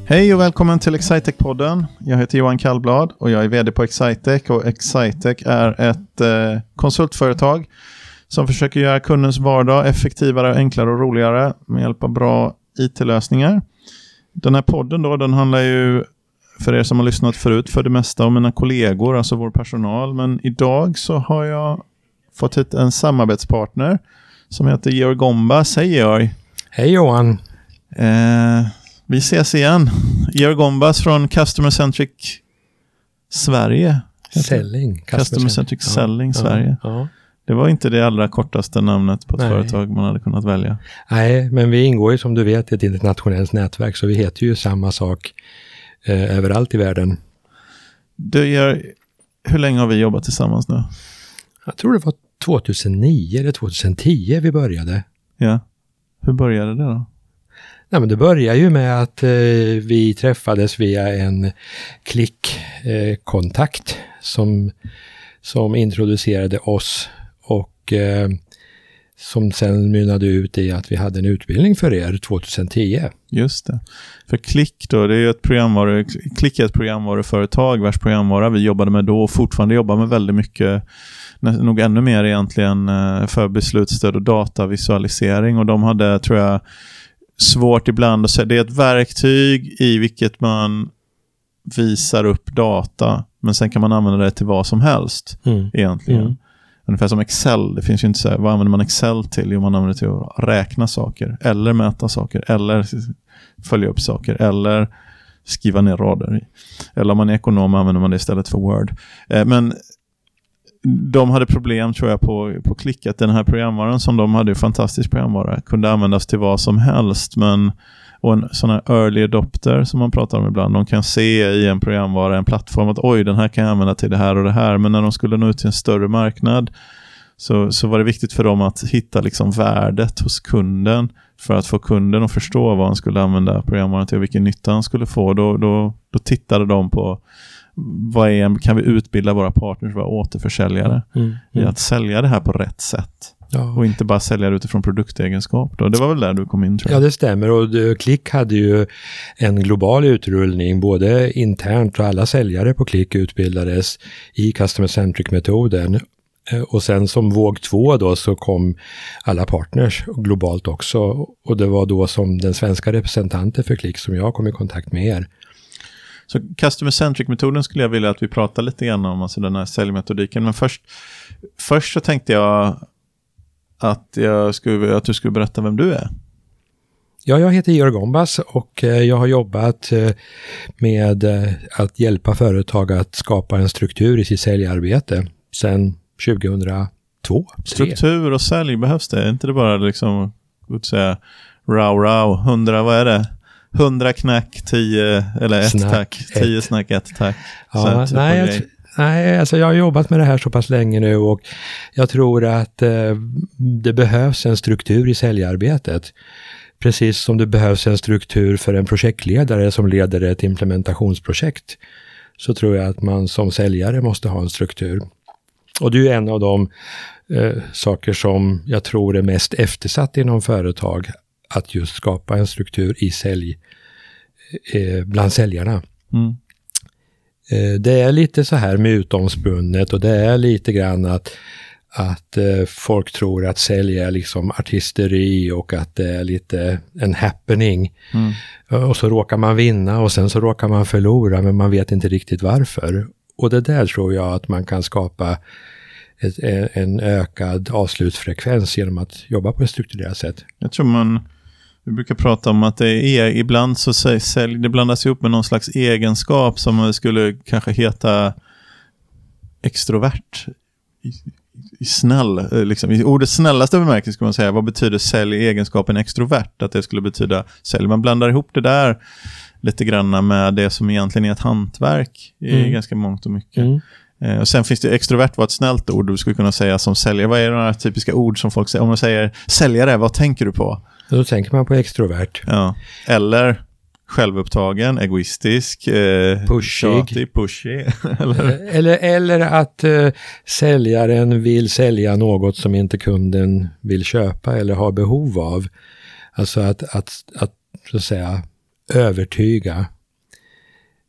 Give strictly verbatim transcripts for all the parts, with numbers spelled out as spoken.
Hej och välkommen till Excitec-podden. Jag heter Johan Kallblad och jag är vd på Excitec. Och Excitec är ett eh, konsultföretag som försöker göra kundens vardag effektivare, enklare och roligare med hjälp av bra I T-lösningar. Den här podden då, den handlar ju för er som har lyssnat förut för det mesta om mina kollegor, alltså vår personal. Men idag så har jag fått hit en samarbetspartner som heter Georg Gombas. Hej Georg! Hej Johan! Eh, vi ses igen. Georg Gombas från Customer Centric Sverige. Selling. Customer Centric ja, Selling ja, Sverige. Ja. Det var inte det allra kortaste namnet på ett Nej. företag man hade kunnat välja. Nej, men vi ingår ju som du vet i ett internationellt nätverk, så vi heter ju samma sak eh, överallt i världen. Du gör, hur länge har vi jobbat tillsammans nu? Jag tror det var tjugohundranio eller tjugohundratio vi började. Ja. Hur började det då? Nej, men det började ju med att eh, vi träffades via en klickkontakt eh, som, som introducerade oss och eh, som sen mynnade ut i att vi hade en utbildning för er tjugohundratio. Just det. För Klick då, det är ju ett programvaru, Klick är ett programvaruföretag vars programvara vi jobbade med då och fortfarande jobbar med väldigt mycket, nog ännu mer egentligen för beslutsstöd och datavisualisering, och de hade, tror jag, svårt ibland att säga, det är ett verktyg i vilket man visar upp data, men sen kan man använda det till vad som helst mm. egentligen. Mm. Ungefär som Excel, det finns ju inte så här, vad använder man Excel till? Jo, man använder det till att räkna saker, eller mäta saker, eller följa upp saker, eller skriva ner rader i. Eller om man är ekonom använder man det istället för Word. Eh, men de hade problem, tror jag, på, på Klick, att den här programvaran som de hade, fantastisk programvara, kunde användas till vad som helst, men och en sån här early adopter som man pratar om ibland, de kan se i en programvara, en plattform, att oj, den här kan jag använda till det här och det här, men när de skulle nå ut till en större marknad så, så var det viktigt för dem att hitta liksom värdet hos kunden för att få kunden att förstå vad han skulle använda programvaran till och vilken nytta han skulle få. Då, då, då tittade de på vad är, kan vi utbilda våra partners, våra återförsäljare mm, mm. i att sälja det här på rätt sätt. Ja. Och inte bara sälja det utifrån produktegenskap. Då. Det var väl där du kom in, tror jag. Ja, det stämmer. Och Klick hade ju en global utrullning, både internt, och alla säljare på Klick utbildades i Customer Centric-metoden. Och sen som våg två då så kom alla partners globalt också. Och det var då som den svenska representanten för Klick som jag kom i kontakt med er. Så Customer Centric-metoden skulle jag vilja att vi pratar lite grann om, alltså den här säljmetodiken. Men först, först så tänkte jag att, jag skulle, att du skulle berätta vem du är. Ja, jag heter Georg Gombas och jag har jobbat med att hjälpa företag att skapa en struktur i sitt säljarbete sedan tjugohundratvå. Struktur och sälj, behövs det? Är inte det bara liksom, att säga, rau rau, hundra, vad är det? Hundra knack, tio, eller ett snack, tack. Tio ett. Snack, ett tack. Ja, typ nej, jag, nej, alltså jag har jobbat med det här så pass länge nu och jag tror att eh, det behövs en struktur i säljarbetet. Precis som det behövs en struktur för en projektledare som leder ett implementationsprojekt, så tror jag att man som säljare måste ha en struktur. Och det är ju en av de eh, saker som jag tror är mest eftersatt inom företag, att just skapa en struktur i sälj eh, bland säljarna. Mm. Eh, det är lite så här mytomspunnet och det är lite grann att, att eh, folk tror att sälj är liksom artisteri och att det är lite en happening. Mm. Och så råkar man vinna och sen så råkar man förlora, men man vet inte riktigt varför. Och det där tror jag att man kan skapa ett, en ökad avslutsfrekvens genom att jobba på ett strukturerat sätt. Jag tror man Vi brukar prata om att det är ibland så sälj, det blandas ihop med någon slags egenskap som skulle kanske heta extrovert. I, i snäll, liksom. I ordets snällaste bemärkelse skulle man säga. Vad betyder sälj i egenskapen extrovert? Att det skulle betyda sälj. Man blandar ihop det där lite grann med det som egentligen är ett hantverk i mm. ganska mångt och mycket. Mm. Eh, och sen finns det extrovert, var ett snällt ord du skulle kunna säga som säljare. Vad är de här typiska ord som folk säger? Om man säger säljare, vad tänker du på? Då tänker man på extrovert. Ja. Eller självupptagen, egoistisk, eh, pushig. Tjatig, pushy. eller? Eller, eller att eh, säljaren vill sälja något som inte kunden vill köpa eller har behov av. Alltså att, att, att så att säga övertyga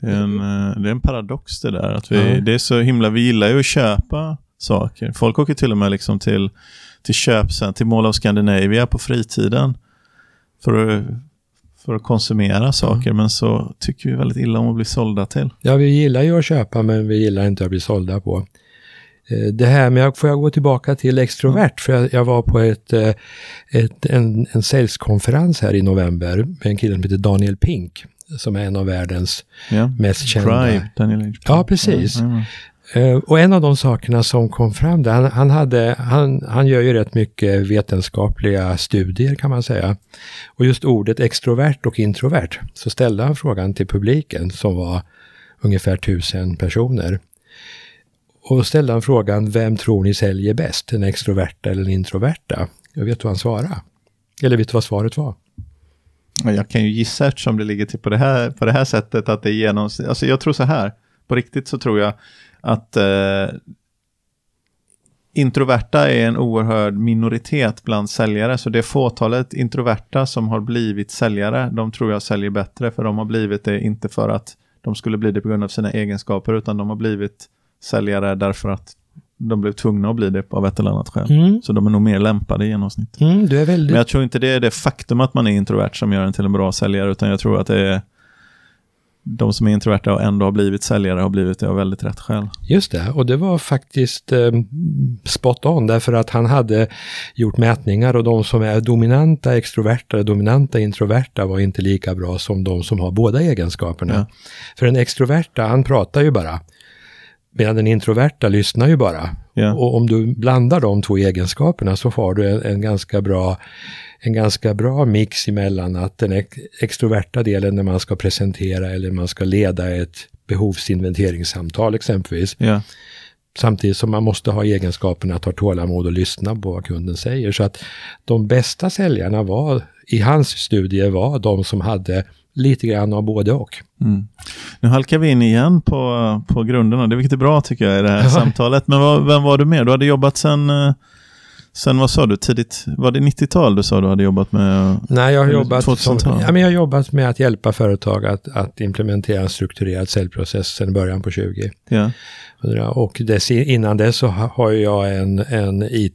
Det är en, det är en paradox det där. Att vi, mm. det är så himla, vi gillar ju att köpa saker. Folk åker till och med liksom till, till köpcentrum, till Mall of Scandinavia på fritiden för att, för att konsumera saker. Mm. Men så tycker vi väldigt illa om att bli sålda till. Ja, vi gillar ju att köpa, men vi gillar inte att bli sålda på. Det här med, får jag gå tillbaka till extrovert, mm. för jag, jag var på ett, ett, en, en saleskonferens här i november med en kille som heter Daniel Pink, som är en av världens yeah. mest kända. Drive, Daniel H. Ja, precis. Mm. Uh, och en av de sakerna som kom fram där, han, han, hade, han, han gör ju rätt mycket vetenskapliga studier kan man säga. Och just ordet extrovert och introvert, så ställde han frågan till publiken som var ungefär tusen personer. Och ställde han frågan, vem tror ni säljer bäst? En extroverta eller en introverta? Jag vet vad han svarade. Eller vet du vad svaret var? Jag kan ju gissa eftersom det ligger till på det här, på det här sättet att det är genom... Alltså jag tror så här, på riktigt så tror jag att eh, introverta är en oerhörd minoritet bland säljare. Så det är fåtalet introverta som har blivit säljare. De tror jag säljer bättre, för de har blivit det inte för att de skulle bli det på grund av sina egenskaper, utan de har blivit säljare därför att de blev tvungna att bli det av ett eller annat skäl. Mm. Så de är nog mer lämpade i genomsnitt. Mm, du är väldigt... Men jag tror inte det är det faktum att man är introvert som gör en till en bra säljare, utan jag tror att det är de som är introverta och ändå har blivit säljare har blivit det av väldigt rätt skäl. Just det, och det var faktiskt eh, spot on, därför att han hade gjort mätningar och de som är dominanta extroverta och dominanta introverta var inte lika bra som de som har båda egenskaperna. Ja. För en extroverta, han pratar ju bara. Medan den introverta lyssnar ju bara. Yeah. Och om du blandar de två egenskaperna så får du en, en ganska bra en ganska bra mix emellan att den ex- extroverta delen när man ska presentera eller man ska leda ett behovsinventeringssamtal exempelvis. Yeah. Samtidigt som man måste ha egenskaperna att ha tålamod och lyssna på vad kunden säger. Så att de bästa säljarna var, i hans studier var de som hade lite grann av både och. Mm. Nu halkar vi in igen på, på grunderna. Det är vilket är bra tycker jag i det här samtalet. Men vad, vem var du med? Du hade jobbat sen, sen vad sa du, tidigt? Var det nittiotal du sa du hade jobbat med? Nej, jag har, jobbat, som, ja, men jag har jobbat med att hjälpa företag att, att implementera en strukturerad säljprocess sedan början på tjugo. Ja. Och dess, innan det så har jag en, en I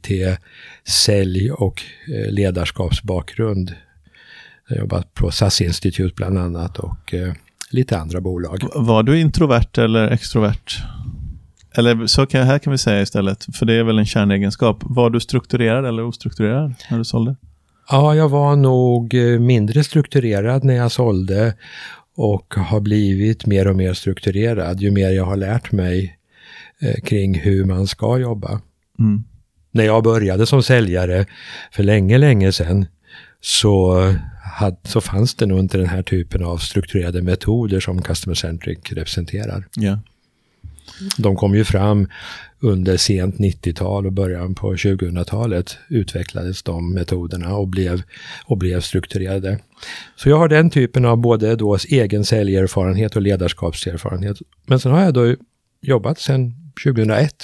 T-sälj- och ledarskapsbakgrund. Jag har jobbat på S A S-institut bland annat och eh, lite andra bolag. Var du introvert eller extrovert? Eller så kan, här kan vi säga istället, för det är väl en kärnegenskap. Var du strukturerad eller ostrukturerad när du sålde? Ja, jag var nog mindre strukturerad när jag sålde och har blivit mer och mer strukturerad ju mer jag har lärt mig eh, kring hur man ska jobba. Mm. När jag började som säljare för länge, länge sedan så, had, så fanns det nog inte den här typen av strukturerade metoder som Customer Centric representerar. Yeah. De kom ju fram under sent nittiotal och början på tjugohundratalet utvecklades de metoderna och blev, och blev strukturerade. Så jag har den typen av både då egen säljerfarenhet och ledarskapserfarenhet. Men sen har jag då jobbat sedan tjugohundraett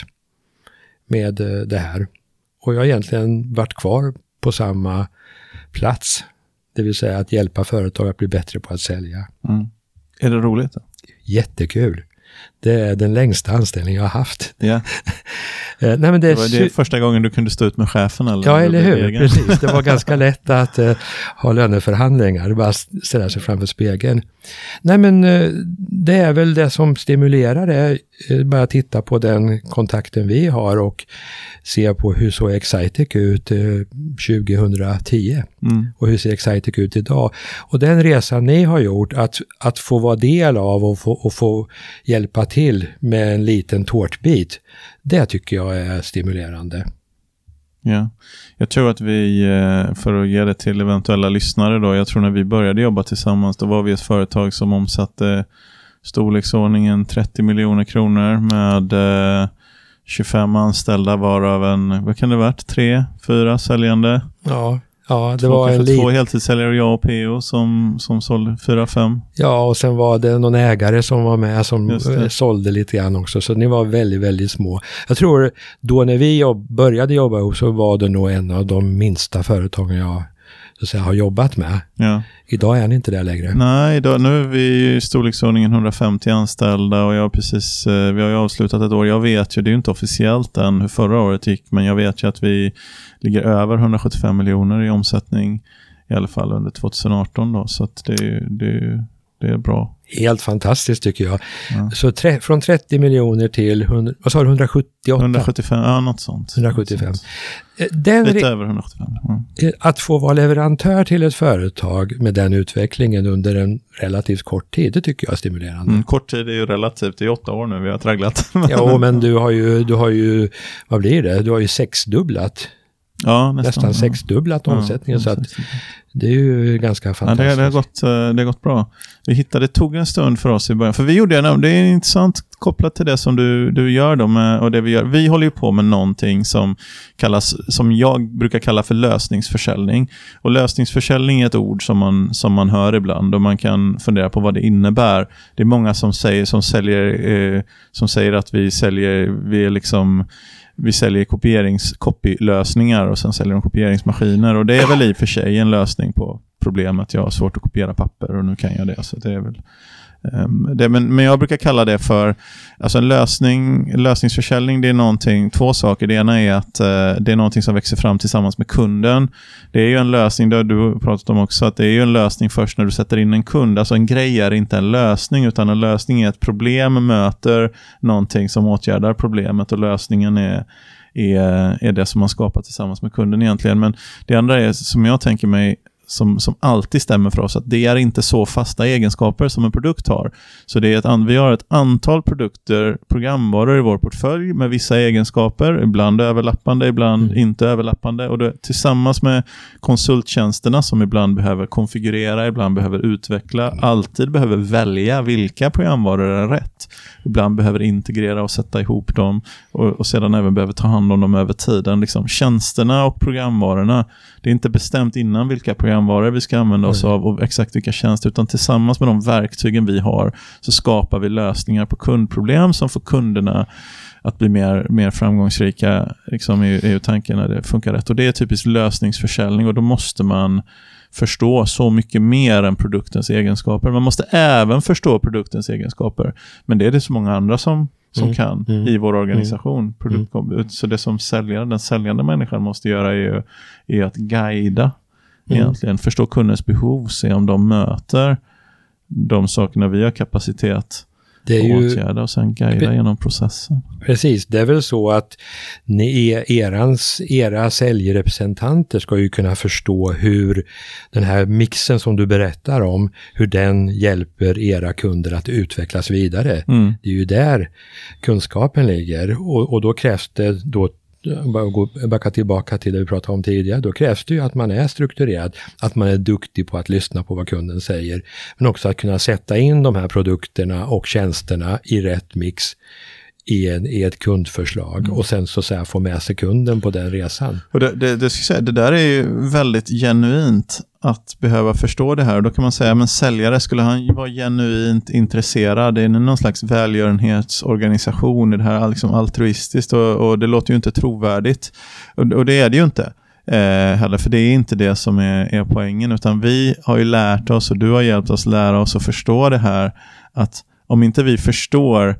med det här. Och jag har egentligen varit kvar på samma plats. Det vill säga att hjälpa företag att bli bättre på att sälja. Mm. Är det roligt då? Jättekul. Det är den längsta anställning jag har haft. Yeah. Nej, men det, det var det första gången du kunde stå ut med chefen? Eller ja, eller hur? Precis. Det var ganska lätt att uh, ha löneförhandlingar. Bara ställa sig framför spegeln. Nej, men uh, det är väl det som stimulerar det. Uh, bara titta på den kontakten vi har och se på hur så Excitec ut uh, tjugohundratio. Mm. Och hur ser Excitec ut idag. Och den resan ni har gjort att, att få vara del av och få, och få hjälpa till med en liten tårtbit, det tycker jag är stimulerande. Ja, jag tror att vi, för att ge det till eventuella lyssnare då, jag tror när vi började jobba tillsammans, då var vi ett företag som omsatte storleksordningen trettio miljoner kronor med tjugofem anställda, varav en, vad kan det varit, tre, fyra säljande? Ja. Ja, det två, var en två heltidssäljare och jag och P O som, som sålde fyra, fem. Ja, och sen var det någon ägare som var med som sålde lite grann också. Så ni var väldigt, väldigt små. Jag tror då när vi jobb, började jobba ihop så var det nog en av de minsta företagen jag så att säga, har jobbat med. Ja. Idag är ni inte där längre. Nej, idag, nu är vi i storleksordningen hundrafemtio anställda och jag har precis, vi har ju avslutat ett år. Jag vet ju, det är ju inte officiellt än hur förra året gick, men jag vet ju att vi ligger över hundrasjuttiofem miljoner i omsättning i alla fall under tjugoarton då, så att det, det, det är bra. Helt fantastiskt tycker jag. Ja. Så tre, från trettio miljoner till hundra, vad sa du, hundrasjuttioåtta? hundrasjuttiofem, ja något sånt. hundrasjuttiofem. Något sånt. Den Lite re- över hundrasjuttiofem. Ja. Att få vara leverantör till ett företag med den utvecklingen under en relativt kort tid, det tycker jag är stimulerande. Mm, kort tid är ju relativt, det är åtta år nu vi har tragglat. Ja, men du har ju, du har ju, vad blir det? Du har ju sexdubblat. Ja, nästan, nästan sexdubblat ja. omsättningen, Ja, så att det är ju ganska fantastiskt. Ja, det, det, har gått, det har gått bra. Vi hittade, det tog en stund för oss i början. För vi gjorde det, det är intressant kopplat till det som du, du gör då med, och det vi gör. Vi håller ju på med någonting som kallas, som jag brukar kalla för lösningsförsäljning. Och lösningsförsäljning är ett ord som man, som man hör ibland och man kan fundera på vad det innebär. Det är många som säger, som säljer, eh, som säger att vi säljer, vi är liksom vi säljer kopierings copylösningar och sen säljer de kopieringsmaskiner, och det är väl i och för sig en lösning på problemet. Jag har svårt att kopiera papper och nu kan jag det, så det är väl um, det, men, men jag brukar kalla det för alltså en lösning, lösningsförsäljning. Det är någonting, två saker. Det ena är att uh, det är någonting som växer fram tillsammans med kunden. Det är ju en lösning, det har du pratat om också, att det är ju en lösning först när du sätter in en kund. Alltså en grej är inte en lösning, utan en lösning är ett problem möter någonting som åtgärdar problemet, och lösningen är är, är det som man skapar tillsammans med kunden egentligen. Men det andra är, som jag tänker mig, som, som alltid stämmer för oss, att det är inte så fasta egenskaper som en produkt har. Så det är ett, vi har ett antal produkter, programvaror i vår portfölj med vissa egenskaper, ibland överlappande, ibland mm. inte överlappande, och det, tillsammans med konsulttjänsterna som ibland behöver konfigurera, ibland behöver utveckla, alltid behöver välja vilka programvaror är rätt. Ibland behöver integrera och sätta ihop dem, och, och sedan även behöver ta hand om dem över tiden. Liksom, tjänsterna och programvarorna, det är inte bestämt innan vilka programvaror vi ska använda oss av och exakt vilka tjänster, utan tillsammans med de verktygen vi har så skapar vi lösningar på kundproblem som får kunderna att bli mer, mer framgångsrika, liksom, är, är ju tanken när det funkar rätt. Och det är typiskt lösningsförsäljning, och då måste man förstå så mycket mer än produktens egenskaper. Man måste även förstå produktens egenskaper, men det är det så många andra som som mm, kan mm, i vår organisation. Produkt, mm. Så det som säljaren, den säljande människan måste göra är ju är att guida mm. egentligen, förstå kundens behov, se om de möter de sakerna vi har kapacitet det är ju, åtgärda, och sen guida genom processen. Precis, det är väl så att ni, erans, era säljrepresentanter ska ju kunna förstå hur den här mixen som du berättar om, hur den hjälper era kunder att utvecklas vidare. Mm. Det är ju där kunskapen ligger, och, och då krävs det då, backa tillbaka till det vi pratade om tidigare, då krävs det ju att man är strukturerad, att man är duktig på att lyssna på vad kunden säger, men också att kunna sätta in de här produkterna och tjänsterna i rätt mix i, en, i ett kundförslag mm. och sen så att säga få med sig kunden på den resan. Och det, det, det, ska säga, det där är ju väldigt genuint att behöva förstå det här. Då kan man säga, men säljare, skulle han vara genuint intresserad? Det är någon slags välgörenhetsorganisation i det här, liksom altruistiskt, och, och det låter ju inte trovärdigt. Och, och det är det ju inte eh, heller, för det är inte det som är, är poängen, utan vi har ju lärt oss, och du har hjälpt oss lära oss att förstå det här, att om inte vi förstår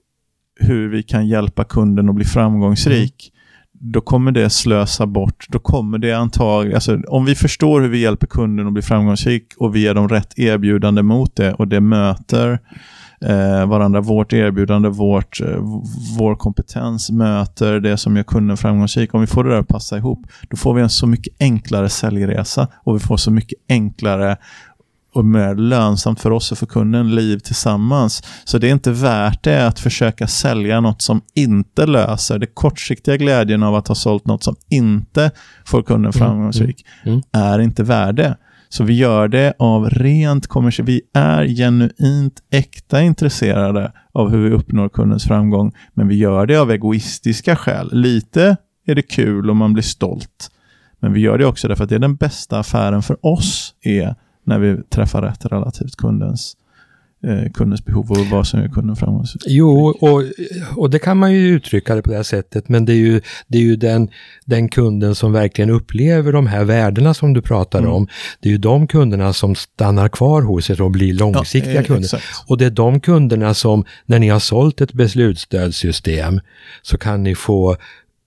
hur vi kan hjälpa kunden att bli framgångsrik, mm. då kommer det slösa bort. Då kommer det antagligen, alltså om vi förstår hur vi hjälper kunden att bli framgångsrik och vi ger dem rätt erbjudande mot det, och det möter eh, varandra, vårt erbjudande, vårt, eh, vår kompetens möter det som gör kunden framgångsrik. Om vi får det där att passa ihop, då får vi en så mycket enklare säljresa, och vi får så mycket enklare och mer lönsamt för oss och för kunden liv tillsammans. Så det är inte värt det att försöka sälja något som inte löser det kortsiktiga glädjen av att ha sålt något som inte får kunden framgångsrik. Mm, mm, mm. Är inte värde. Så vi gör det av rent kommersiellt. Vi är genuint äkta intresserade av hur vi uppnår kundens framgång, men vi gör det av egoistiska skäl. Lite är det kul om man blir stolt, men vi gör det också därför att det är den bästa affären för oss är när vi träffar rätt relativt kundens eh, kundens behov och vad som är kunden framåt. Jo, och, och det kan man ju uttrycka det på det här sättet, men det är ju, det är ju den, den kunden som verkligen upplever de här värdena som du pratar mm. om. Det är ju de kunderna som stannar kvar hos er och blir långsiktiga ja, eh, kunder. Exakt. Och det är de kunderna som, när ni har sålt ett beslutsstödssystem, så kan ni få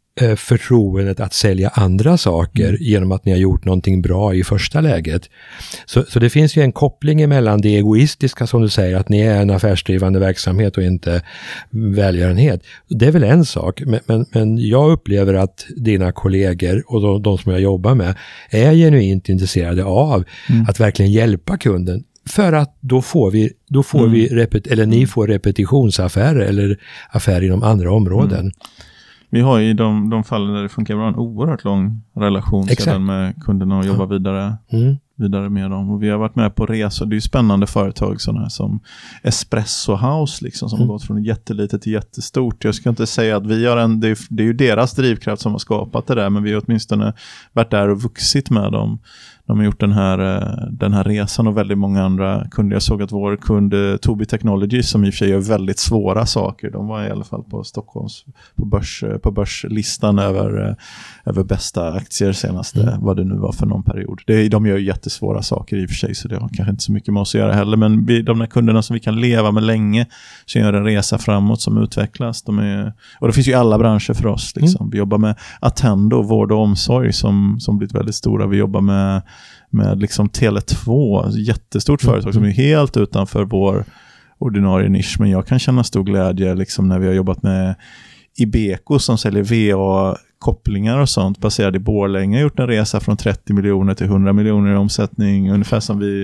förtroendet att sälja andra saker mm. genom att ni har gjort någonting bra i första läget. Så, så det finns ju en koppling emellan det egoistiska som du säger, att ni är en affärsdrivande verksamhet och inte välgörenhet. Det är väl en sak, men, men, men jag upplever att dina kollegor och de, de som jag jobbar med är genuint intresserade av mm. att verkligen hjälpa kunden. För att då får vi, då får mm. vi repet- eller ni får repetitionsaffärer eller affärer inom andra områden. Mm. Vi har i de, de fallen där det funkar bra en oerhört lång relation sedan med kunderna och jobba ja. vidare, mm. vidare med dem. Och vi har varit med på resor. Det är ju spännande företag sådana här som Espresso House liksom, som mm. har gått från jättelitet till jättestort. Jag ska inte säga att vi har en, det är, det är ju deras drivkraft som har skapat det där, men vi har åtminstone varit där och vuxit med dem. De har gjort den här, den här resan och väldigt många andra kunder. Jag såg att vår kund Tobii Technology, som i och för sig gör väldigt svåra saker. De var i alla fall på Stockholms på, börs, på börslistan över, över bästa aktier senaste, mm. vad det nu var för någon period. Det, de gör ju jättesvåra saker i och för sig, så det har kanske inte så mycket med oss att göra heller. Men vi, de här kunderna som vi kan leva med länge, som gör en resa framåt, som utvecklas. De är, och det finns ju alla branscher för oss. Liksom. Mm. Vi jobbar med Attendo, vård och omsorg, som, som blivit väldigt stora. Vi jobbar med med liksom Tele två, jättestort företag mm. som är helt utanför vår ordinarie nisch, men jag kan känna stor glädje liksom när vi har jobbat med Ibeco som säljer V A-kopplingar och sånt baserad i Borlänge, gjort en resa från trettio miljoner till hundra miljoner i omsättning, ungefär som vi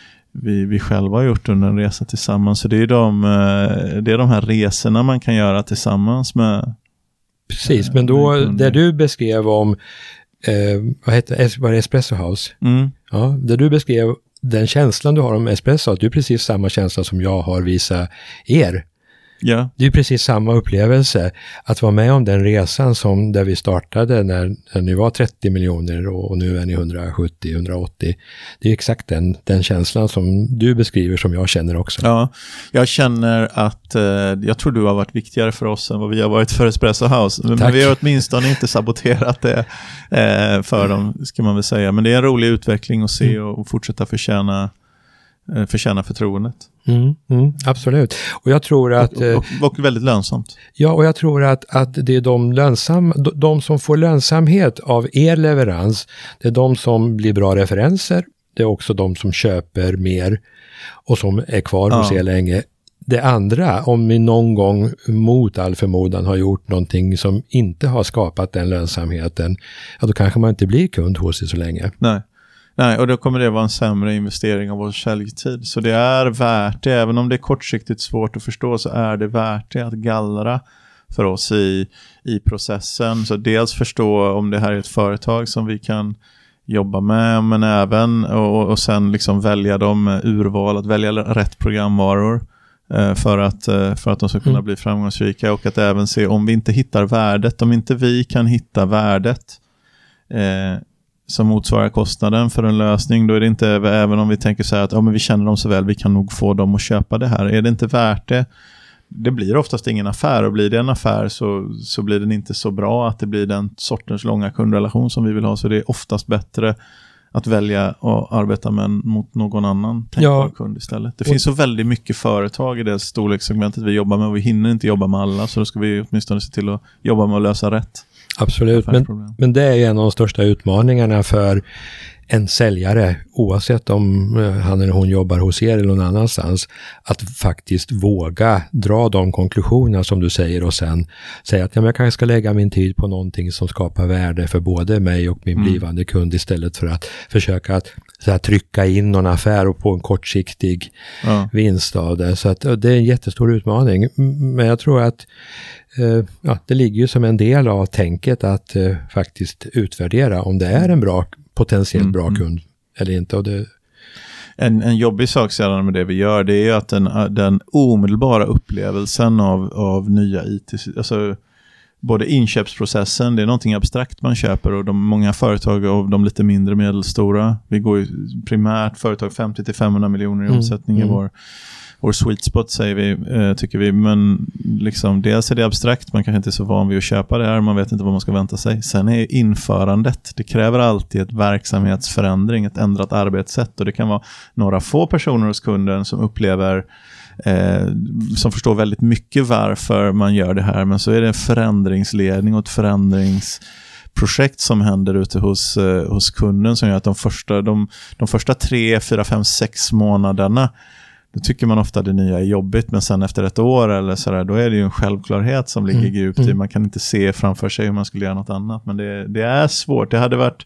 vi, vi själva har gjort under en resa tillsammans. Så det är de, det är de här resorna man kan göra tillsammans med. Precis, men då det du beskrev om Eh, vad heter var det Espresso House? Mm. Ja, där du beskrev den känslan du har om Espresso, det är precis samma känsla som jag har visat er. Ja. Det är precis samma upplevelse att vara med om den resan som där vi startade när, när ni var trettio miljoner och, och nu är ni hundrasjuttio till hundraåttio. Det är exakt den, den känslan som du beskriver som jag känner också. Ja, jag känner att eh, jag tror du har varit viktigare för oss än vad vi har varit för Espresso House. Men, men vi har åtminstone inte saboterat det eh, för dem, ska man väl säga. Men det är en rolig utveckling att se och, och fortsätta förtjäna förtjäna förtroendet. Mm, mm, absolut. Och jag tror att... Och, och, och väldigt lönsamt. Ja, och jag tror att, att det är de, lönsam, de som får lönsamhet av er leverans, det är de som blir bra referenser, det är också de som köper mer och som är kvar hos ja. er länge. Det andra, om vi någon gång mot all förmodan har gjort någonting som inte har skapat den lönsamheten, ja, då kanske man inte blir kund hos er så länge. Nej. Nej, och då kommer det vara en sämre investering av vår säljtid. Så det är värt det, även om det är kortsiktigt svårt att förstå, så är det värt det att gallra för oss i, i processen. Så dels förstå om det här är ett företag som vi kan jobba med, men även och, och sen liksom välja dem urval, att välja rätt programvaror eh, för, att, eh, för att de ska kunna mm. bli framgångsrika, och att även se om vi inte hittar värdet, om inte vi kan hitta värdet eh, som motsvarar kostnaden för en lösning, då är det inte, även om vi tänker så här att ja, men vi känner dem så väl, vi kan nog få dem att köpa det här. Är det inte värt det? Det blir oftast ingen affär, och blir det en affär så, så blir den inte så bra att det blir den sortens långa kundrelation som vi vill ha. Så det är oftast bättre att välja och arbeta med mot någon annan tänkbar ja. kund istället. Det finns så väldigt mycket företag i det storlekssegmentet vi jobbar med, och vi hinner inte jobba med alla, så då ska vi åtminstone se till att jobba med att lösa rätt. Absolut, men, men det är en av de största utmaningarna för en säljare, oavsett om han eller hon jobbar hos er eller någon annanstans, att faktiskt våga dra de konklusioner som du säger och sen säga att ja, men jag kanske ska lägga min tid på någonting som skapar värde för både mig och min mm. blivande kund, istället för att försöka att så här, trycka in någon affär och på en kortsiktig ja. vinst av det. Så att, det är en jättestor utmaning, men jag tror att Uh, ja, det ligger ju som en del av tänket att uh, faktiskt utvärdera om det är en bra, potentiellt mm. bra kund eller inte. Och det... en, en jobbig sak sedan med det vi gör, det är att den, den omedelbara upplevelsen av, av nya I T, alltså både inköpsprocessen, det är någonting abstrakt man köper, och de många företag och de lite mindre medelstora, vi går ju primärt företag femtio till femhundra miljoner i omsättning mm. i vår vår sweet spot säger vi, eh, tycker vi. Men liksom, dels är det abstrakt, man kanske inte är så van vid att köpa det här, man vet inte vad man ska vänta sig. Sen är införandet, det kräver alltid ett verksamhetsförändring, ett ändrat arbetssätt. Och det kan vara några få personer hos kunden som upplever Eh, som förstår väldigt mycket varför man gör det här, men så är det en förändringsledning och ett förändringsprojekt som händer ute hos, eh, hos kunden som gör att de första, de, de första tre, fyra, fem, sex månaderna då tycker man ofta att det nya är jobbigt, men sen efter ett år eller sådär, då är det ju en självklarhet som ligger mm. djupt i. Man kan inte se framför sig hur man skulle göra något annat, men det, det är svårt. Det hade varit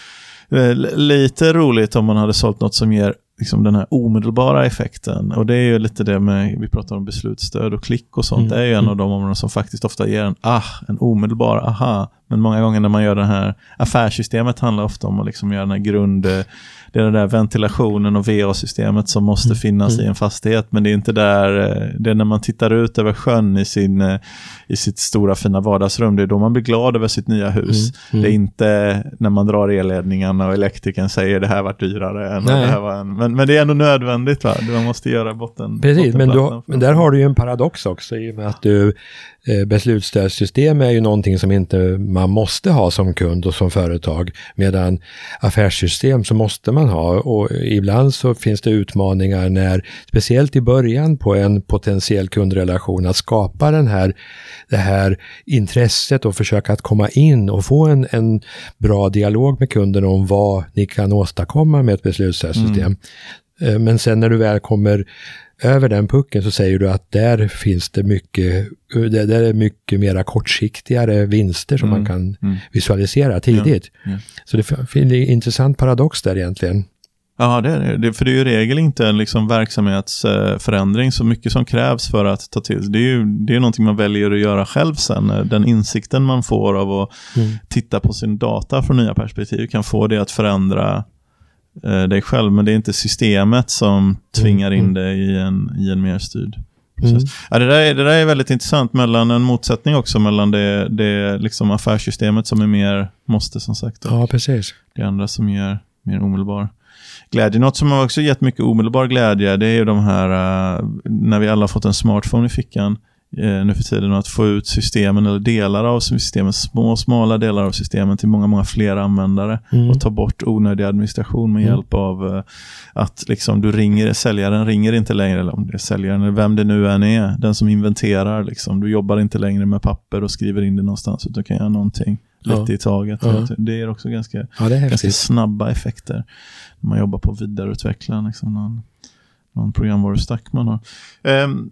eh, lite roligt om man hade sålt något som ger liksom den här omedelbara effekten, och det är ju lite det med, vi pratar om beslutsstöd och klick och sånt, mm. det är ju en mm. av de områden som faktiskt ofta ger en ah, en omedelbar aha, men många gånger när man gör det här affärssystemet handlar ofta om att liksom göra den här grund, det är den där ventilationen och V A-systemet som måste mm. finnas mm. i en fastighet, men det är inte där, det är när man tittar ut över sjön i sin i sitt stora fina vardagsrum, det är då man blir glad över sitt nya hus. Mm. Mm. Det är inte när man drar elledningarna och elektrikern säger det här var dyrare än det här var en, men, men det är ändå nödvändigt, va? Man måste göra botten. Precis, men, då, men där har du ju en paradox också i och med att du eh, beslutsstödssystem är ju någonting som inte man måste ha som kund och som företag, medan affärssystem så måste man ha, och ibland så finns det utmaningar när, speciellt i början på en potentiell kundrelation, att skapa den här, det här intresset och försöka att komma in och få en, en bra dialog med kunden om vad ni kan åstadkomma med ett beslutsstödssystem. Mm. Men sen när du väl kommer över den pucken så säger du att där finns det mycket, där är mycket mera kortsiktigare vinster som mm. man kan mm. visualisera tidigt. Ja. Ja. Så det finns en intressant paradox där egentligen. Ja, det är det. För det är ju i regel inte en liksom verksamhetsförändring så mycket som krävs för att ta till. Det är ju det är någonting man väljer att göra själv sen. Den insikten man får av att mm. titta på sin data från nya perspektiv kan få det att förändra eh, dig själv. Men det är inte systemet som tvingar mm. in dig i en, i en mer styrd process. Mm. Ja, det, där är, det där är väldigt intressant, mellan en motsättning också mellan det, det liksom affärssystemet som är mer måste, som sagt. Ja, precis. Det andra som ger mer omedelbar glädje. Något som har också gett mycket omedelbar glädje, det är ju de här uh, när vi alla har fått en smartphone i fickan uh, nu för tiden, att få ut systemen eller delar av systemen, små smala delar av systemen till många många fler användare mm. och ta bort onödig administration med mm. hjälp av uh, att liksom du ringer, säljaren ringer inte längre, eller om det är säljaren eller vem det nu än är, den som inventerar liksom, du jobbar inte längre med papper och skriver in det någonstans, utan du kan göra någonting lite ja. i taget. Ja. Det är också ganska, ja, det är ganska snabba effekter när man jobbar på att vidareutveckla liksom någon, någon programvarustack man har. Um,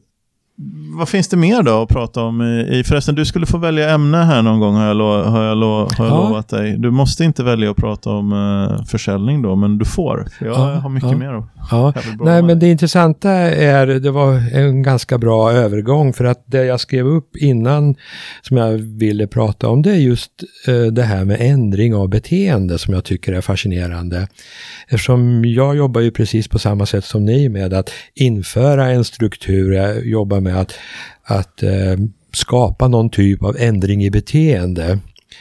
vad finns det mer då att prata om? I, i, förresten, du skulle få välja ämne här någon gång, har jag, lo, har jag, lo, har jag ja. lovat dig. Du måste inte välja att prata om uh, försäljning då, men du får. För jag ja, har mycket ja. mer. Ja. Nej, men det intressanta är, det var en ganska bra övergång, för att det jag skrev upp innan som jag ville prata om, det är just uh, det här med ändring av beteende som jag tycker är fascinerande. Eftersom jag jobbar ju precis på samma sätt som ni med att införa en struktur, jag jobbar med att, att eh, skapa någon typ av ändring i beteende.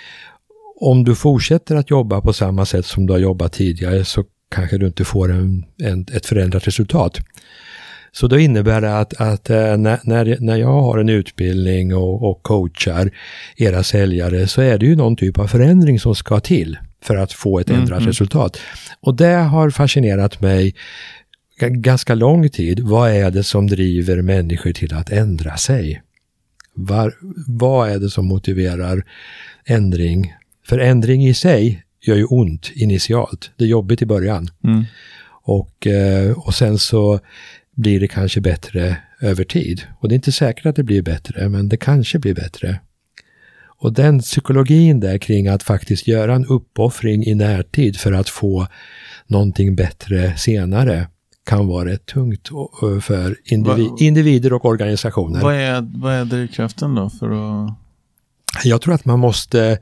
Om du fortsätter att jobba på samma sätt som du har jobbat tidigare så kanske du inte får en, en, ett förändrat resultat. Så då innebär det att, att eh, när, när jag har en utbildning och, och coachar era säljare, så är det ju någon typ av förändring som ska till för att få ett ändrat mm, resultat. Och det har fascinerat mig ganska lång tid. Vad är det som driver människor till att ändra sig? Var, vad är det som motiverar ändring? För ändring i sig gör ju ont initialt. Det är jobbigt i början. Mm. Och, och sen så blir det kanske bättre över tid. Och det är inte säkert att det blir bättre, men det kanske blir bättre. Och den psykologin där kring att faktiskt göra en uppoffring i närtid för att få någonting bättre senare kan vara rätt tungt för individ, Va, individer och organisationer. Vad är, vad är drivkraften då för att... Jag tror att man måste...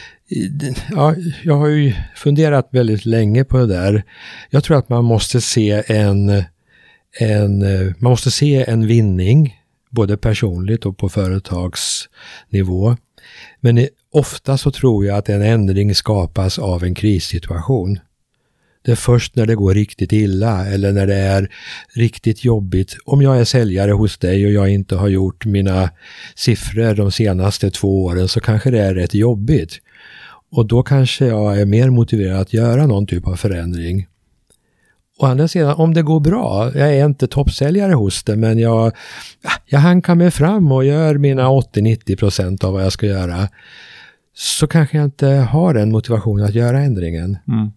Ja, jag har ju funderat väldigt länge på det där. Jag tror att man måste se en, en, man måste se en vinning, både personligt och på företagsnivå. Men ofta så tror jag att en ändring skapas av en krissituation. Det är först när det går riktigt illa eller när det är riktigt jobbigt. Om jag är säljare hos dig och jag inte har gjort mina siffror de senaste två åren så kanske det är rätt jobbigt. Och då kanske jag är mer motiverad att göra någon typ av förändring. Å andra sidan, om det går bra, jag är inte toppsäljare hos det, men jag, jag hankar mig fram och gör mina åttio till nittio procent av vad jag ska göra, så kanske jag inte har en motivation att göra ändringen. Mm.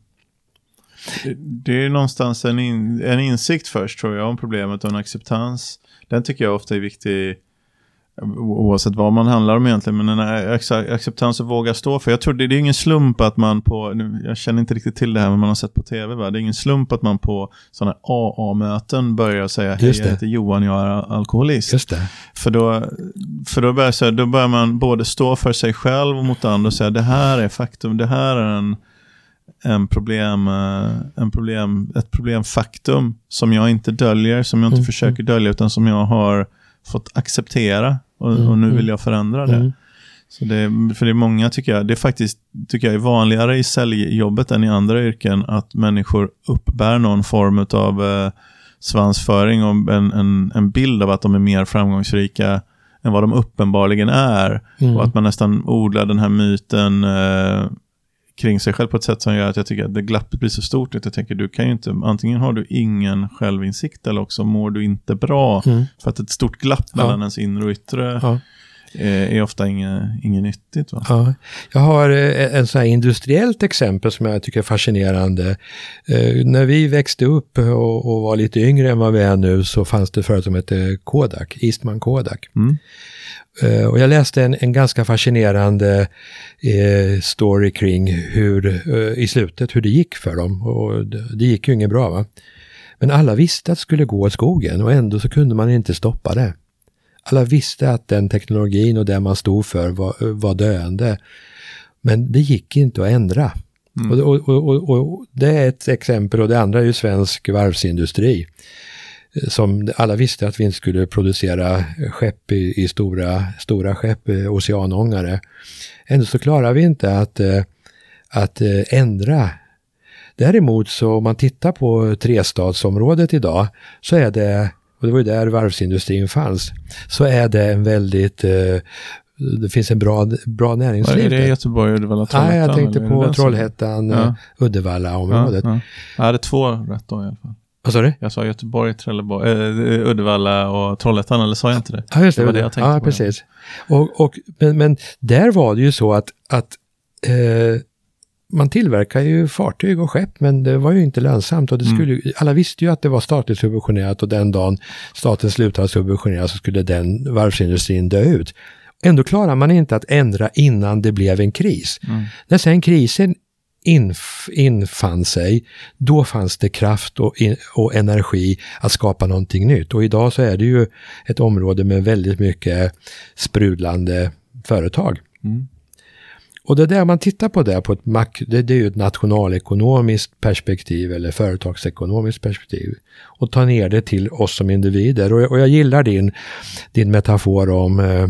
Det är någonstans en, in, en insikt först, tror jag, om problemet och en acceptans. Den tycker jag ofta är viktig oavsett vad man handlar om egentligen, men en acceptans att våga stå för. Jag tror det, det är ingen slump att man på, nu, jag känner inte riktigt till det här men man har sett på tv, va? Det är ingen slump att man på sådana A A-möten börjar säga hej, jag heter Johan, jag är alkoholist. Just det. För då, för då börjar, så här, då börjar man både stå för sig själv och mot andra och säga det här är faktum, det här är en en problem, en problem ett problemfaktum som jag inte döljer, som jag inte mm. försöker dölja, utan som jag har fått acceptera och, mm, och nu vill jag förändra det. Mm. Så det, för det är många tycker jag, det är faktiskt tycker jag är vanligare i säljjobbet än i andra yrken att människor uppbär någon form av eh, svansföring och en, en, en bild av att de är mer framgångsrika än vad de uppenbarligen är. Mm. Och att man nästan odlar den här myten eh, kring sig själv på ett sätt som gör att jag tycker att det glappet blir så stort att jag tänker du kan ju inte, antingen har du ingen självinsikt eller också mår du inte bra mm. för att ett stort glapp mellan ja. ens inre och yttre ja. är, är ofta inget, inget nyttigt. Va? Ja. Jag har en sån här industriellt exempel som jag tycker är fascinerande. Eh, när vi växte upp och, och var lite yngre än vad vi är nu så fanns det företag som hette Kodak, Eastman Kodak. Mm. Uh, och jag läste en, en ganska fascinerande uh, story kring hur uh, i slutet hur det gick för dem, och det, det gick ju inget bra, va? Men alla visste att det skulle gå åt skogen och ändå så kunde man inte stoppa det. Alla visste att den teknologin och det man stod för var, var döende, men det gick inte att ändra. Mm. Och, och, och, och det är ett exempel, och det andra är ju svensk varvsindustri. Som alla visste att vi inte skulle producera skepp i, i stora, stora skepp, oceanångare. Ändå så klarar vi inte att, att ändra. Däremot så om man tittar på trestadsområdet idag så är det, och det var ju där varvsindustrin fanns, så är det en väldigt, det finns en bra, bra näringsliv. Är det Göteborg, Uddevalla, Trollhättan? Nej, jag tänkte på Trollhättan, ja. Uddevalla-området. Ja, ja. ja, det är två rätt då i alla fall. Vad sa du? Jag sa Göteborg, Trelleborg, äh, Uddevalla och Trollhättan, eller sa jag inte det? Ja, just det. Det var det jag tänkte ja, på. Precis. Och, och, men, men där var det ju så att, att eh, man tillverkar ju fartyg och skepp, men det var ju inte lönsamt. Och det skulle, mm. alla visste ju att det var statligt subventionerat, och den dagen staten slutade subventionera så skulle den varvsindustrin dö ut. Ändå klarar man inte att ändra innan det blev en kris. Mm. När sen krisen Inf, infann sig, då fanns det kraft och, in, och energi att skapa någonting nytt. Och idag så är det ju ett område med väldigt mycket sprudlande företag. Mm. Och det där man tittar på det på ett mak- det, det är ju ett nationalekonomiskt perspektiv eller företagsekonomiskt perspektiv. Och ta ner det till oss som individer. Och jag, och jag gillar din, din metafor om eh,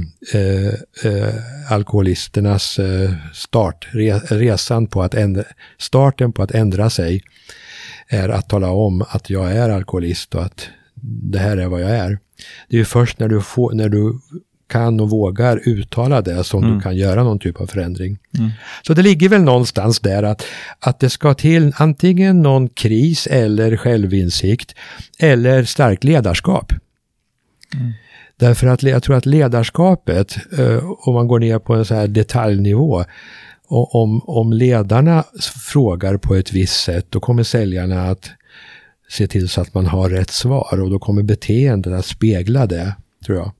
eh, alkoholisternas eh, start, re, resan på att ändra, starten på att ändra sig är att tala om att jag är alkoholist och att det här är vad jag är. Det är ju först när du får, när du kan och vågar uttala det som mm. du kan göra någon typ av förändring. Mm. Så det ligger väl någonstans där att, att det ska till antingen någon kris eller självinsikt eller starkt ledarskap. Mm. Därför att jag tror att ledarskapet, om man går ner på en så här detaljnivå, om, om ledarna frågar på ett visst sätt, då kommer säljarna att se till så att man har rätt svar, och då kommer beteendet att spegla det, tror jag.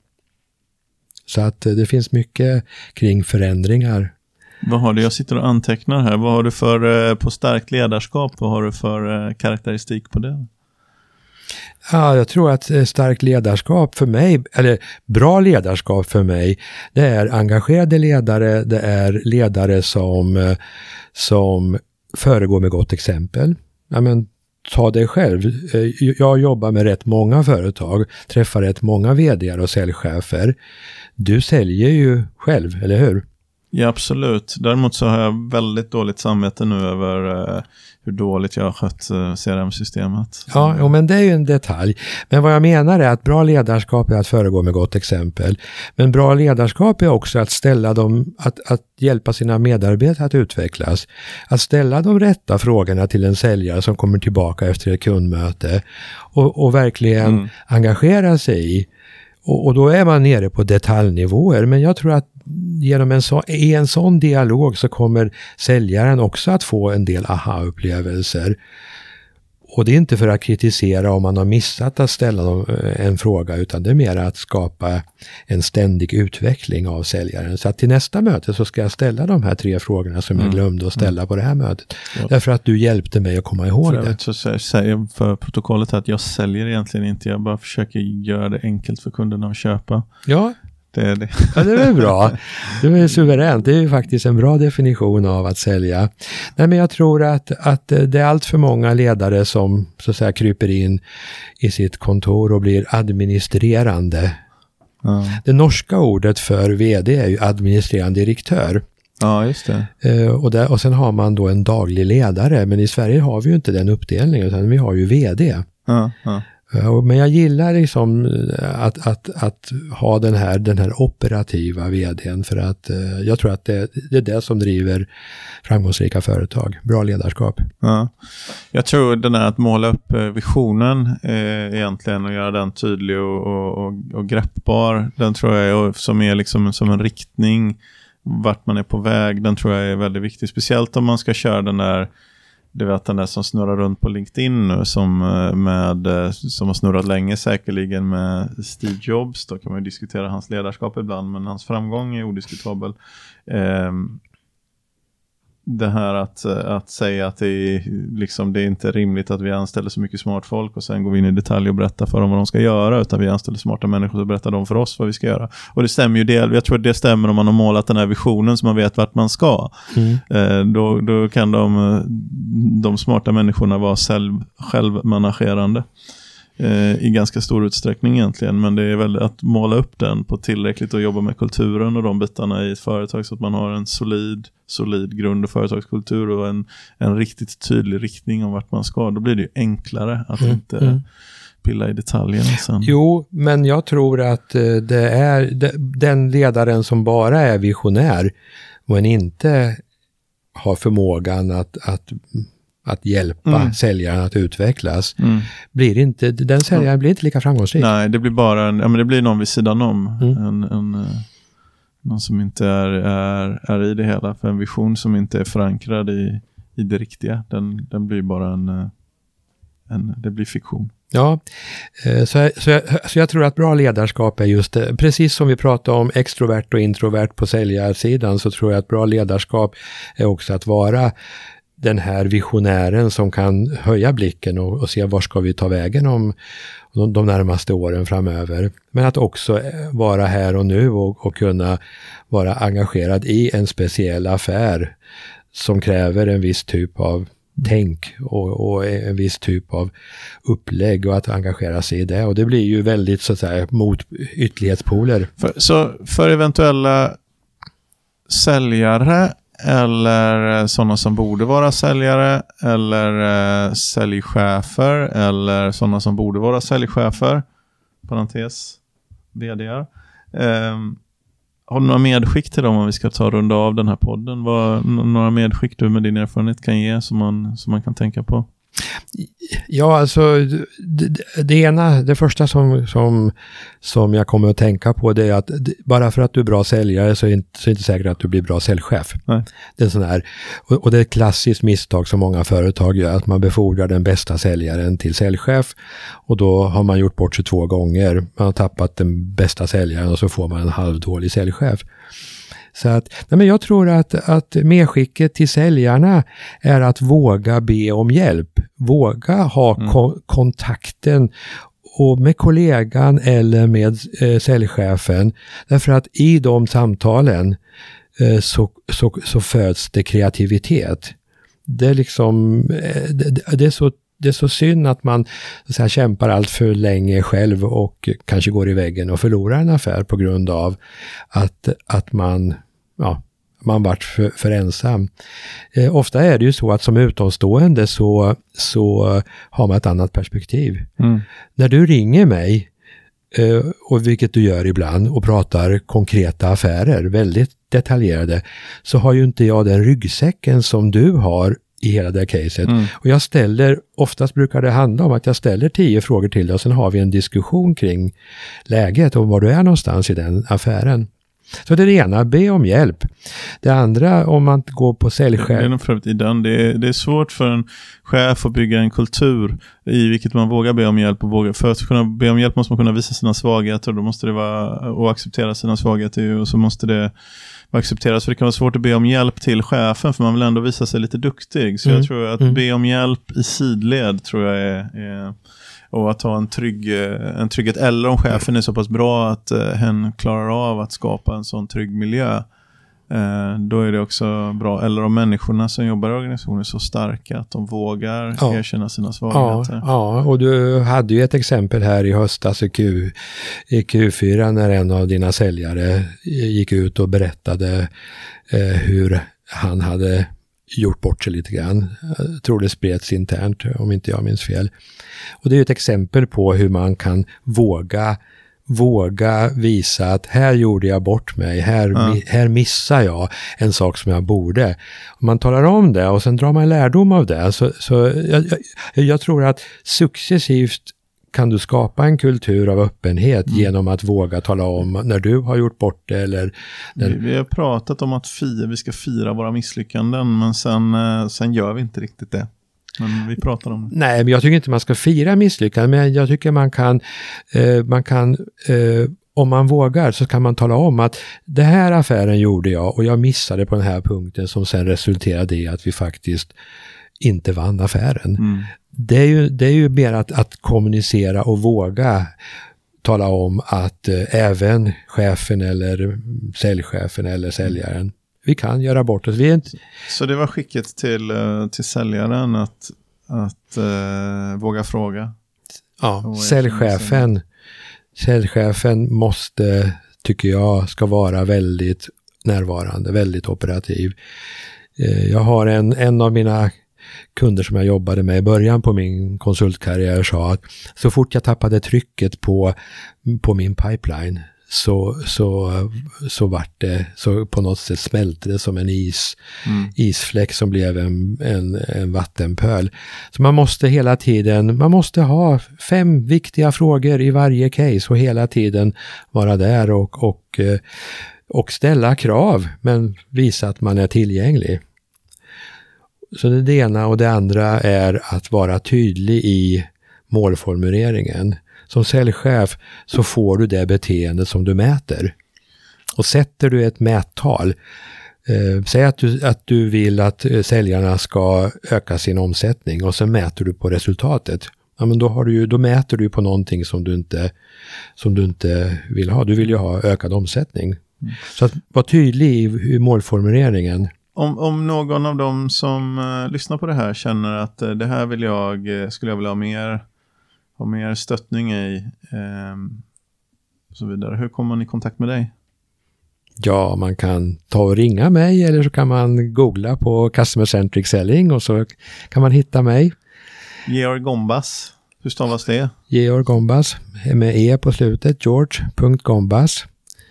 Så att det finns mycket kring förändringar. Vad har du? Jag sitter och antecknar här. Vad har du för på starkt ledarskap? Vad har du för karaktäristik på det? Ja, jag tror att starkt ledarskap för mig, eller bra ledarskap för mig, det är engagerade ledare, det är ledare som, som föregår med gott exempel. Ja, men ta dig själv. Jag jobbar med rätt många företag, träffar rätt många vd:ar och säljchefer. Du säljer ju själv, eller hur? Ja, absolut. Däremot så har jag väldigt dåligt samvete nu över eh, hur dåligt jag har skött eh, C R M-systemet. Ja, jo, men det är ju en detalj. Men vad jag menar är att bra ledarskap är att föregå med gott exempel. Men bra ledarskap är också att ställa dem, att, att hjälpa sina medarbetare att utvecklas. Att ställa de rätta frågorna till en säljare som kommer tillbaka efter ett kundmöte och, och verkligen mm. engagera sig i. Och, och då är man nere på detaljnivåer. Men jag tror att genom en så, i en sån dialog så kommer säljaren också att få en del aha-upplevelser. Och det är inte för att kritisera om man har missat att ställa dem en fråga, utan det är mer att skapa en ständig utveckling av säljaren. Så att till nästa möte så ska jag ställa de här tre frågorna som mm. jag glömde att ställa mm. på det här mötet. Ja. Därför att du hjälpte mig att komma ihåg för det. Jag så säger för protokollet att jag säljer egentligen inte, jag bara försöker göra det enkelt för kunderna att köpa. Ja. Det är det. Ja, det är väl bra. Det är suveränt. Det är ju faktiskt en bra definition av att sälja. Nej, men jag tror att, att det är allt för många ledare som så att säga kryper in i sitt kontor och blir administrerande. Ja. Det norska ordet för vd är ju administrerande direktör. Ja, just det. Uh, och, där, och sen har man då en daglig ledare, men i Sverige har vi ju inte den uppdelningen, utan vi har ju vd. Ja, ja. Men jag gillar liksom att, att, att ha den här, den här operativa vdn, för att eh, jag tror att det, det är det som driver framgångsrika företag. Bra ledarskap. Ja. Jag tror den är att måla upp visionen eh, egentligen och göra den tydlig och, och, och, och greppbar. Den tror jag är, som är liksom som en riktning vart man är på väg. Den tror jag är väldigt viktig. Speciellt om man ska köra den där, du vet den där som snurrar runt på LinkedIn nu, som, med, som har snurrat länge säkerligen med Steve Jobs. Då kan man ju diskutera hans ledarskap ibland, men hans framgång är odiskutabel. Eh, det här att, att säga att det är, liksom, det är inte rimligt att vi anställer så mycket smart folk och sen går vi in i detalj och berättar för dem vad de ska göra, utan vi anställer smarta människor och berättar de för oss vad vi ska göra. Och det stämmer ju, det, jag tror att det stämmer om man har målat den här visionen så man vet vart man ska. Mm. Eh, då, då kan de, de smarta människorna vara själv, självmanagerande eh, i ganska stor utsträckning egentligen, men det är väl att måla upp den på tillräckligt och jobba med kulturen och de bitarna i ett företag så att man har en solid solid grund och företagskultur och en, en riktigt tydlig riktning om vart man ska. Då blir det ju enklare att mm. inte mm. pilla i detaljerna sen. Jo, men jag tror att det är det, den ledaren som bara är visionär men inte har förmågan att, att, att hjälpa mm. säljaren att utvecklas, mm. blir inte, den säljaren mm. blir inte lika framgångsrik. Nej, det blir bara en, ja, men det blir någon vid sidan om. Mm. En, en, någon som inte är, är, är i det hela. För en vision som inte är förankrad i, i det riktiga, den, den blir bara en, en det blir fiktion. Ja, så, så, jag, så jag tror att bra ledarskap är just det. Precis som vi pratade om extrovert och introvert på säljarsidan, så tror jag att bra ledarskap är också att vara den här visionären som kan höja blicken och, och se var ska vi ta vägen om de, de närmaste åren framöver. Men att också vara här och nu och, och kunna vara engagerad i en speciell affär som kräver en viss typ av tänk och, och en viss typ av upplägg och att engagera sig i det. Och det blir ju väldigt så att säga mot ytterlighetspoler. För, så för eventuella säljare eller sådana som borde vara säljare eller eh, säljchefer eller sådana som borde vara säljchefer, parentes, vd:ar. Eh, har du några medskick till dem om vi ska ta och runda av den här podden? Vad, några medskick du med din erfarenhet kan ge som man, som man kan tänka på? Ja, alltså det, det ena, det första som, som, som jag kommer att tänka på, det är att bara för att du är bra säljare så är det inte, så är det inte säkert att du blir bra säljchef. Nej. Det är sån här, och, och det är ett klassiskt misstag som många företag gör, att man befordrar den bästa säljaren till säljchef och då har man gjort bort sig två gånger. Man har tappat den bästa säljaren och så får man en halvdålig säljchef. Så att, nej men jag tror att, att medskicket till säljarna är att våga be om hjälp. Våga ha mm. ko- kontakten och med kollegan eller med eh, säljchefen. Därför att i de samtalen eh, så, så, så föds det kreativitet. Det är liksom, eh, det, det är så Det är så synd att man så här, kämpar allt för länge själv och kanske går i väggen och förlorar en affär på grund av att, att man, ja, man varit för, för ensam. Eh, ofta är det ju så att som utomstående så, så har man ett annat perspektiv. Mm. När du ringer mig, eh, och vilket du gör ibland, och pratar konkreta affärer, väldigt detaljerade, så har ju inte jag den ryggsäcken som du har i hela det caset. Mm. Och jag ställer, oftast brukar det handla om att jag ställer tio frågor till dig och sen har vi en diskussion kring läget och var du är någonstans i den affären. Så det är det ena, be om hjälp. Det andra, om man går på säljchef. Det är nog för i den. Det är, det är svårt för en chef att bygga en kultur i vilket man vågar be om hjälp. Och våga, för att kunna be om hjälp måste man kunna visa sina svagheter. Då måste det vara, och acceptera sina svagheter. Och så måste det accepteras, för det kan vara svårt att be om hjälp till chefen, för man vill ändå visa sig lite duktig. Så mm. jag tror att mm. be om hjälp i sidled tror jag är, är och att ha en, trygg, en trygghet, eller om chefen är så pass bra att uh, hen klarar av att skapa en sån trygg miljö, uh, då är det också bra. Eller om människorna som jobbar i organisationen är så starka att de vågar ja. erkänna sina svagheter. Ja, ja, och du hade ju ett exempel här i höstas i, Q, i Q fyra när en av dina säljare gick ut och berättade uh, hur han hade gjort bort sig lite grann. Jag tror det spreds internt, om inte jag minns fel. Och det är ett exempel på hur man kan våga våga visa att här gjorde jag bort mig, här, ja. här missar jag en sak som jag borde. Om man talar om det och sen drar man lärdom av det, så, så jag, jag, jag tror att successivt kan du skapa en kultur av öppenhet mm. genom att våga tala om när du har gjort bort det. Eller den... vi, vi har pratat om att fira, vi ska fira våra misslyckanden, men sen, sen gör vi inte riktigt det. Men vi pratar om det. Nej, men jag tycker inte man ska fira misslyckanden, men jag tycker man kan, eh, man kan eh, om man vågar så kan man tala om att det här affären gjorde jag och jag missade på den här punkten som sen resulterade i att vi faktiskt inte vann affären. Mm. Det är ju, det är ju mer att, att kommunicera och våga tala om att eh, även chefen eller säljchefen eller säljaren, vi kan göra bort oss. Vi är inte... Så det var skicket till, till säljaren att, att uh, våga fråga? Ja, säljchefen, säljchefen måste, tycker jag, ska vara väldigt närvarande, väldigt operativ. Uh, jag har en, en av mina kunder som jag jobbade med i början på min konsultkarriär sa att så fort jag tappade trycket på, på min pipeline så, så, så vart det, så på något sätt smälte det som en is, mm. isfläck som blev en, en, en vattenpöl. Så man måste hela tiden, man måste ha fem viktiga frågor i varje case och hela tiden vara där och, och, och ställa krav, men visa att man är tillgänglig. Så det, det ena, och det andra är att vara tydlig i målformuleringen. Som säljchef så får du det beteende som du mäter. Och sätter du ett mättal, eh, säg att du, att du vill att eh, säljarna ska öka sin omsättning och så mäter du på resultatet. Ja, men då, har du ju, då mäter du på någonting som du, inte, som du inte vill ha. Du vill ju ha ökad omsättning. Mm. Så att vara tydlig i, i målformuleringen. Om, om någon av dem som uh, lyssnar på det här känner att uh, det här vill jag, uh, skulle jag vilja ha mer, ha mer stöttning i um, och så vidare. Hur kommer man i kontakt med dig? Ja, man kan ta och ringa mig eller så kan man googla på Customer Centric Selling och så kan man hitta mig. Georg Gombas, hur stavas det? Georg Gombas, med e på slutet, george punkt gombas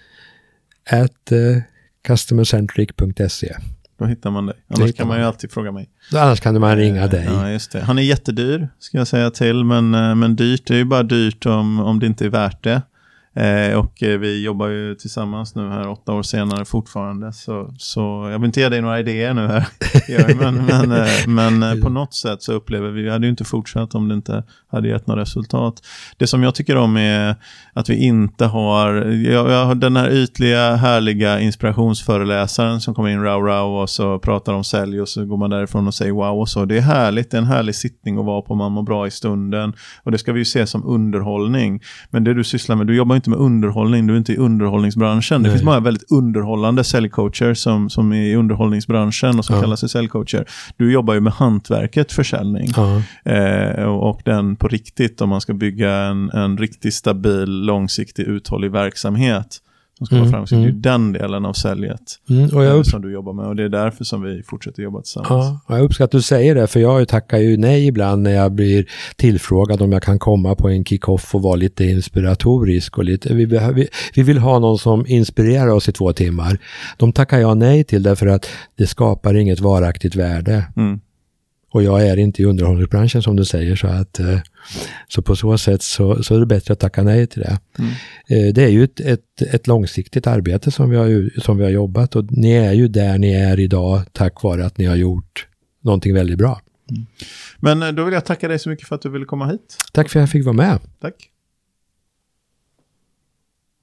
at uh, customercentric punkt se. Då hittar man dig. Annars kan man ju alltid fråga mig. Annars kan man ringa dig. Ja, just det. Han är jättedyr, ska jag säga till. Men, men dyrt är ju bara dyrt om, om det inte är värt det. Eh, och eh, vi jobbar ju tillsammans nu här åtta år senare fortfarande. Så, så jag vill inte ge dig några idéer nu här. men men, eh, men eh, på något sätt så upplever vi, vi hade ju inte fortsatt om det inte hade gett några resultat. Det som jag tycker om är att vi inte har, jag, jag har den här ytliga, härliga inspirationsföreläsaren som kommer in row row och så pratar om sälj och så går man därifrån och säger wow och så. Det är härligt, det är en härlig sittning att vara på, man mår bra i stunden. Och det ska vi ju se som underhållning. Men det du sysslar med, du jobbar inte med underhållning, du är inte i underhållningsbranschen. Nej. Det finns många väldigt underhållande säljcoacher som, som är i underhållningsbranschen och som ja. kallar sig säljcoacher. Du jobbar ju med hantverket försäljning. Ja. Eh, och, och den på riktigt, om man ska bygga en, en riktigt stabil, långsiktig, uthållig verksamhet som ska mm. vara framgångsrikt. Mm. Det är den delen av säljet mm. och jag upp... som du jobbar med. Och det är därför som vi fortsätter jobba tillsammans. Ja, jag uppskattar att du säger det, för jag tackar ju nej ibland när jag blir tillfrågad om jag kan komma på en kick-off och vara lite inspiratorisk. Och lite, vi, behöver, vi vill ha någon som inspirerar oss i två timmar. De tackar jag nej till därför att det skapar inget varaktigt värde. Mm. Och jag är inte i underhållningsbranschen som du säger, så att så på så sätt så, så är det bättre att tacka nej till det. Mm. Det är ju ett, ett, ett långsiktigt arbete som vi, har, som vi har jobbat, och ni är ju där ni är idag tack vare att ni har gjort någonting väldigt bra. Mm. Men då vill jag tacka dig så mycket för att du ville komma hit. Tack för att jag fick vara med. Tack.